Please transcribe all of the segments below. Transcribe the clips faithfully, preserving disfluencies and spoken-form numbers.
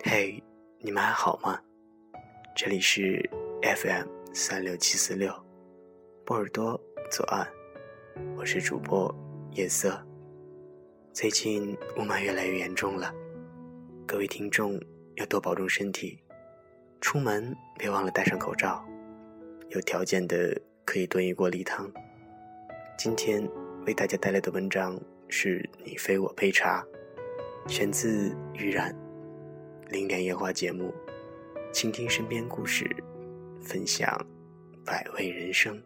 嘿、hey, 你们还好吗？这里是 F M 三六七四六，波尔多左岸，我是主播夜色。最近雾霾越来越严重了，各位听众要多保重身体，出门别忘了戴上口罩，有条件的可以炖一锅梨汤。今天为大家带来的文章是你非我杯茶，选自玉然零点夜话节目，倾听身边故事，分享百味人生。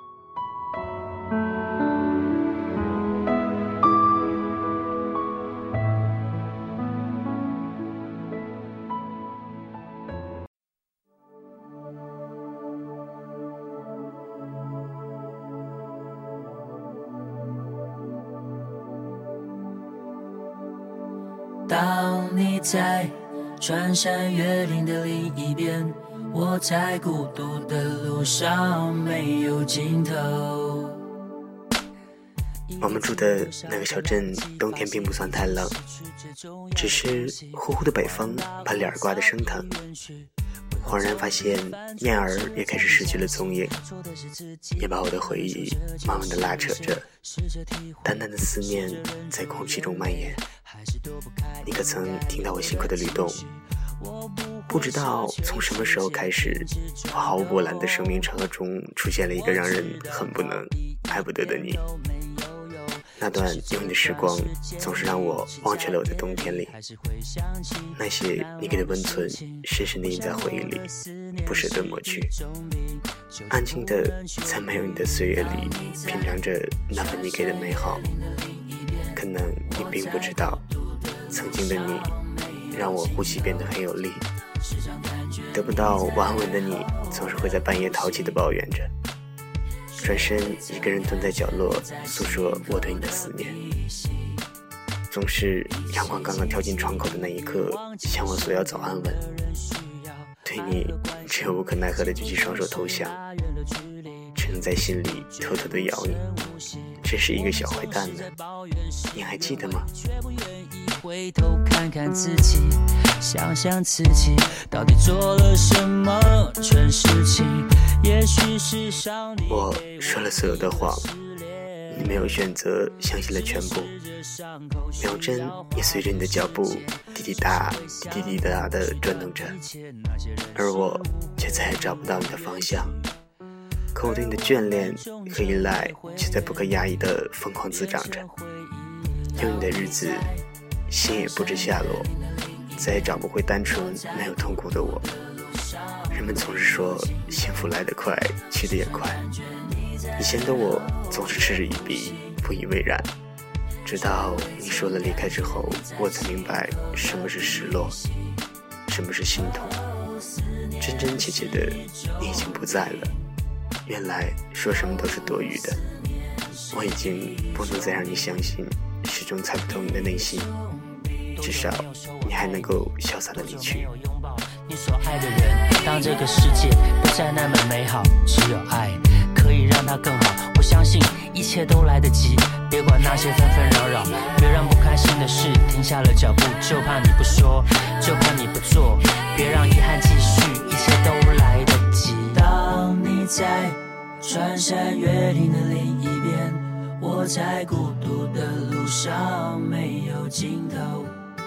当你在穿山越岭的另一边，我在孤独的路上没有尽头。 我们住的那个小镇冬天并不算太冷，只是呼呼的北风把脸刮得生疼。恍然发现燕儿也开始失去了踪影，也把我的回忆慢慢的拉扯着，淡淡的思念在空气中蔓延。你可曾听到我心口的律动？不知道从什么时候开始，我毫无波澜的生命长河中出现了一个让人恨不能爱不得的你。那段有你的时光总是让我忘却了我的冬天里，那些你给的温存深深地印在回忆里，不舍得抹去。安静的在没有你的岁月里品尝着那份你给的美好。可能你并不知道，曾经的你让我呼吸变得很有力，得不到晚安吻的你总是会在半夜淘气地抱怨着，转身一个人蹲在角落诉说我对你的思念。总是阳光刚刚跳进窗口的那一刻向我索要早安吻，对你只有无可奈何的举起双手投降，只能在心里偷偷地咬你，真是一个小坏蛋呢。你还记得吗？ 回头看看自己，想想自己到底做了什么蠢事情，也许是上帝。 我说了所有的谎，你没有选择相信了全部，秒针也随着你的脚步滴滴答滴滴答地转动着，而我却再也找不到你的方向。可我对你的眷恋和依赖却在不可压抑地疯狂滋长着。有你的日子，心也不知下落，再也找不回单纯没有痛苦的我。人们总是说幸福来得快，去得也快。以前的我总是嗤之以鼻，不以为然，直到你说了离开之后，我才明白什么是失落，什么是心痛。真真切切的，你已经不在了。原来说什么都是多余的，我已经不能再让你相信，始终猜不透你的内心。至少你还能够潇洒的离去。 你所爱的人，当这个世界不再那么美好，只有爱可以让它更好。我相信一切都来得及，别管那些纷纷扰扰，别让不开心的事停下了脚步，就怕你不说，就怕你不做，别让遗憾继续，一切都来得及。当你在穿山越岭的另一边，我在孤独的路上没有尽头。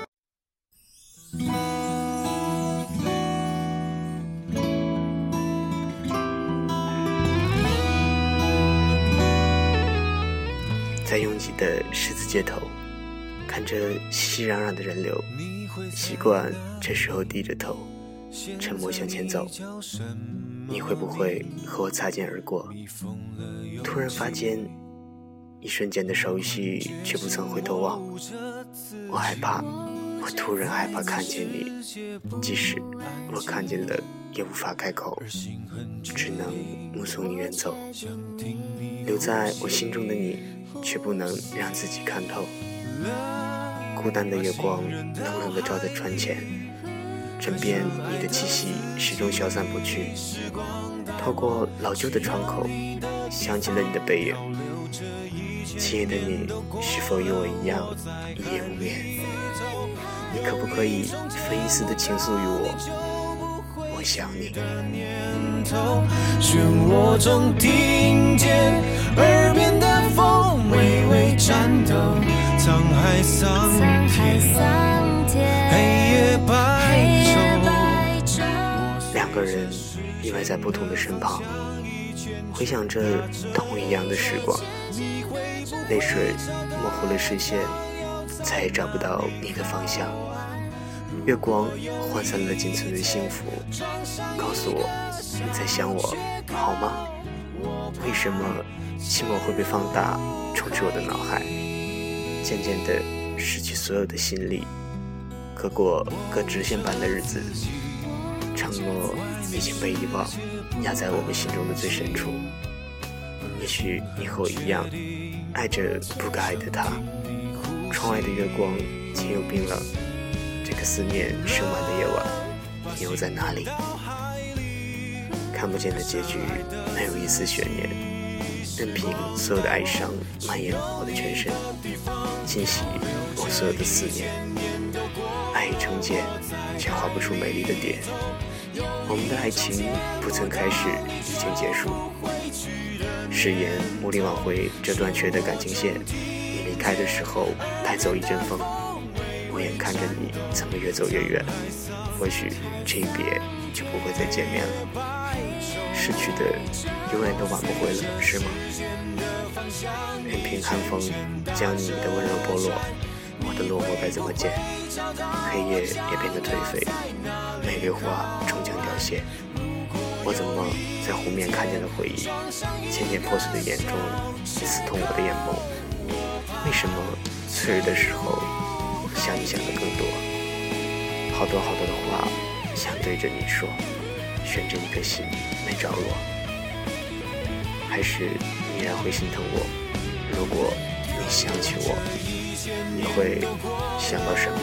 在拥挤的十字街头，看着熙熙攘攘的人流，习惯这时候低着头沉默向前走。你会不会和我擦肩而过？突然发间一瞬间的熟悉，却不曾回头望。我害怕，我突然害怕看见你，即使我看见了也无法开口，只能目送你远走。留在我心中的你，却不能让自己看透。孤单的月光冷冷地照在窗前，枕边你的气息始终消散不去。透过老旧的窗口，想起了你的背影。亲爱的你，是否与我一样一夜无眠？ 你可不可以分一丝的倾诉于我？我想你。 漩涡中听见耳边的风微微颤抖，沧海桑田，黑夜白昼。 两个人依偎在不同的身旁，回想着同一样的时光，泪水模糊了视线，再也找不到你的方向。月光涣散了仅存的幸福，告诉我你在想我，好吗？为什么寂寞会被放大，充斥我的脑海，渐渐地失去所有的心力，各过各直线般的日子，承诺已经被遗忘，压在我们心中的最深处。也许你和我一样，爱着不该爱的他。窗外的月光竟又冰冷，这个思念盛满的夜晚，你又在哪里？看不见的结局没有一丝悬念，任凭所有的哀伤蔓延我的全身，侵袭我所有的思念。爱已成茧，却画不出美丽的点。我们的爱情不曾开始，已经结束。誓言无力挽回这断缺的感情线，你离开的时候带走一阵风，我眼看着你怎么越走越远，或许这一别就不会再见面了。失去的永远都挽不回了，是吗？任凭寒风将你的温柔剥落，我的落寞该怎么见？黑夜也变得颓废，玫瑰花终将凋谢。我怎么在湖面看见了回忆，渐渐破碎的眼中刺痛我的眼眸？为什么脆弱的时候想你想的更多？好多好多的话想对着你说，悬着一颗心没着落。还是你依然会心疼我？如果你想起我，你会想到什么？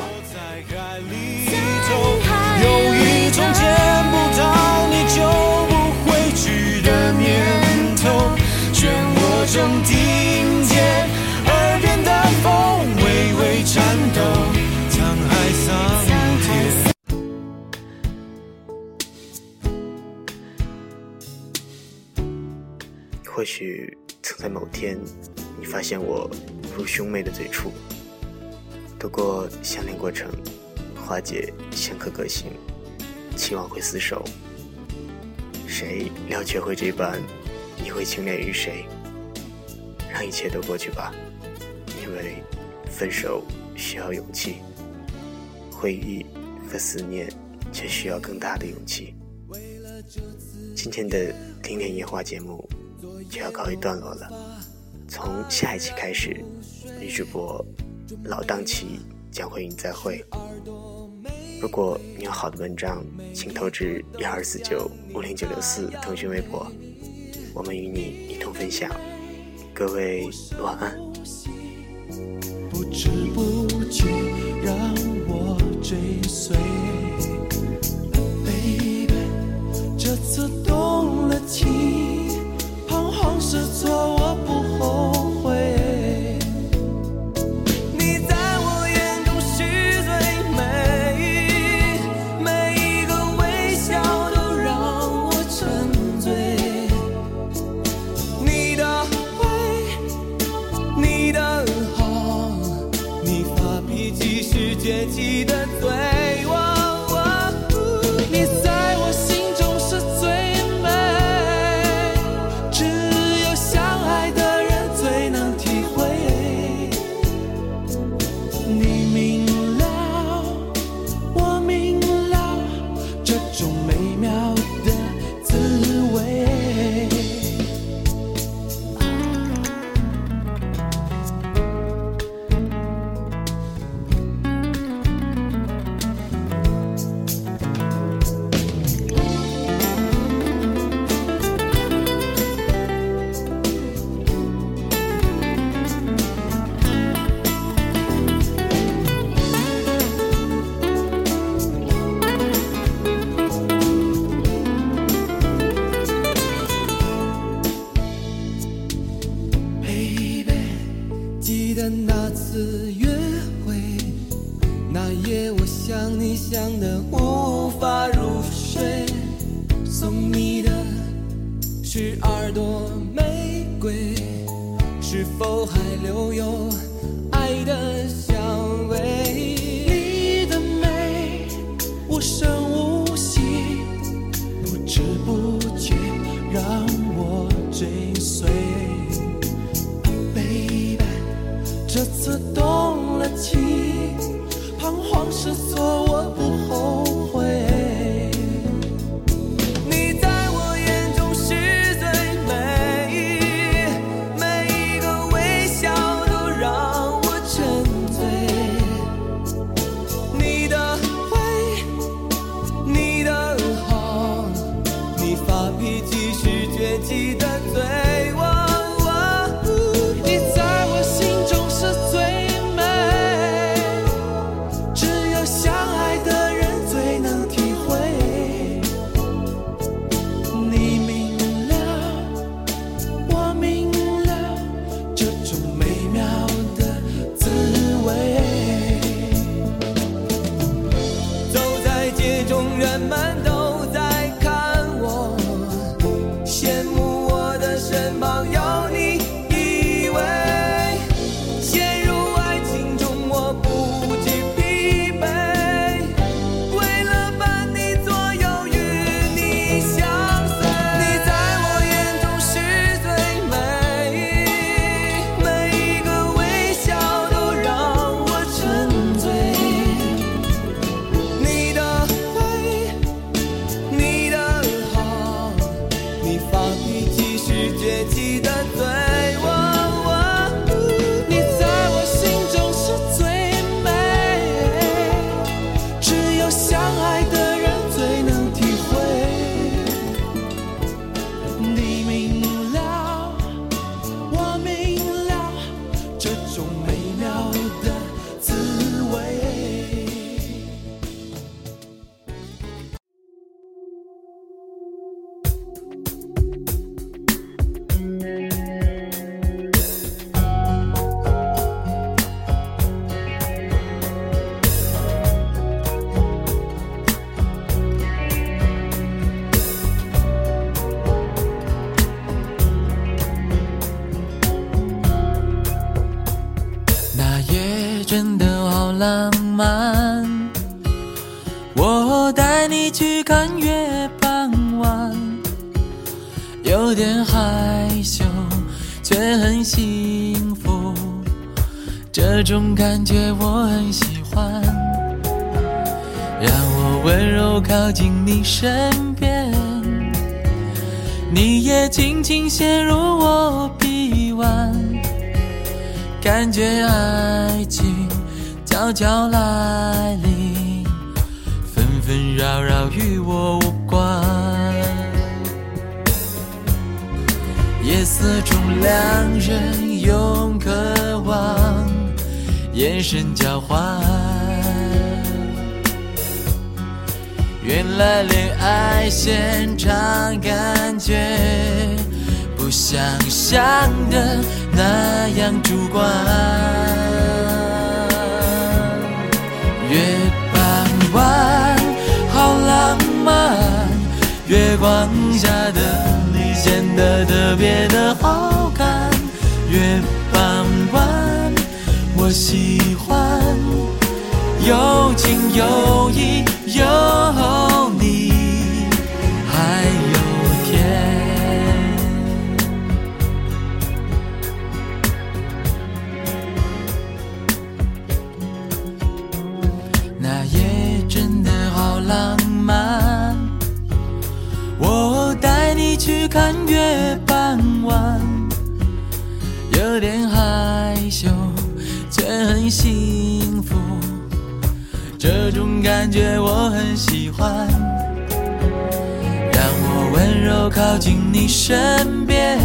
有一种见不到你就不会去的念头，漩涡中听见耳边的风微微颤抖，沧海桑田。 或许曾在某天，你发现我如兄妹的最初，度过相恋过程，化解相克个性，期望会厮守。谁料却会这般，你会轻恋于谁？让一切都过去吧，因为分手需要勇气，回忆和思念却需要更大的勇气。今天的听点夜话节目就要告一段落了，从下一期开始，女主播老档期将会与你再会。如果你有好的文章，请投至幺二四九五零九六四腾讯微博，我们与你一同分享。各位晚安。 不知不觉让我追随 Baby， 这次动了情，彷徨失措我不后悔。你在我眼中是最美，每一个微笑都让我沉醉。你的坏，你的好，你发脾气时崛起的嘴。你在我心中是最美，只有相爱的人最能体会。你明了，我明了，这种美妙的滋味。 那夜我想你想得无法入睡，送你的是耳朵玫瑰，是否还留有爱的香味？你的美无声无息，不知不觉让我追随。Baby， 这次动了情，彷徨失措我不后悔。你在我眼中是最美，每一个微笑都让我沉醉。你的坏，你的好，你发脾气时倔气的嘴。人们都在看我，羡慕我的身旁有你依偎。陷入爱情中我不知疲惫，为了伴你左右与你相随。你在我眼中是最美，每一个微笑都让我沉醉。你的倔气的嘴，你在我心中是最美，只有相爱的人最能体会。你明了，我明了，这种美妙的滋味。真的好浪漫，我带你去看月傍晚，有点害羞却很幸福，这种感觉我很喜欢。让我温柔靠近你身边，你也轻轻陷入我臂弯，感觉爱情悄悄来临，纷纷扰扰与我无关。夜色中两人用渴望眼神交换，原来恋爱现场感觉不像想的那样主观。月傍晚好浪漫，月光下的你显得特别的好看。月傍晚我喜欢，有情有义有你还有天。那夜真的好浪漫，我带你去看月傍晚，有点害羞却很幸福，这种感觉我很喜欢。让我温柔靠近你身边，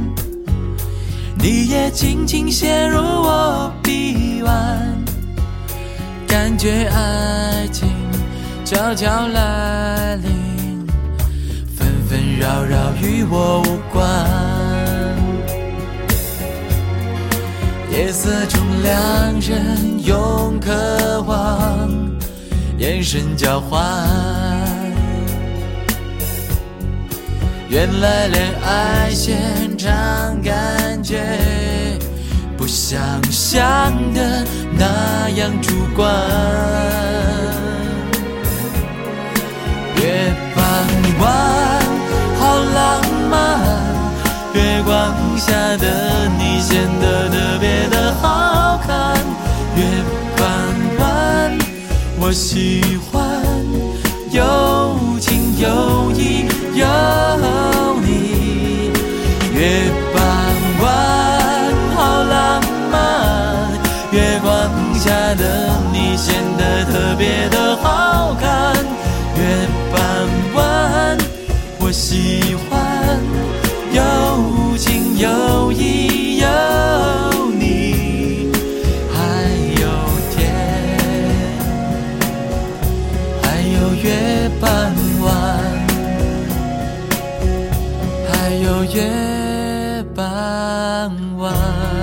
你也轻轻陷入我臂弯，感觉爱情悄悄来临，纷纷扰扰与我无关。夜色中两人用渴望眼神交换，原来恋爱现场感觉不像想的那样主观。月傍晚好浪漫，月光下的你显得特别的好看。月傍晚我喜欢有情有义有你。月傍晚好浪漫，月光下的你显得特别的好看。月傍晚我喜欢有情有义有你，还有天，还有月傍晚，还有月傍晚。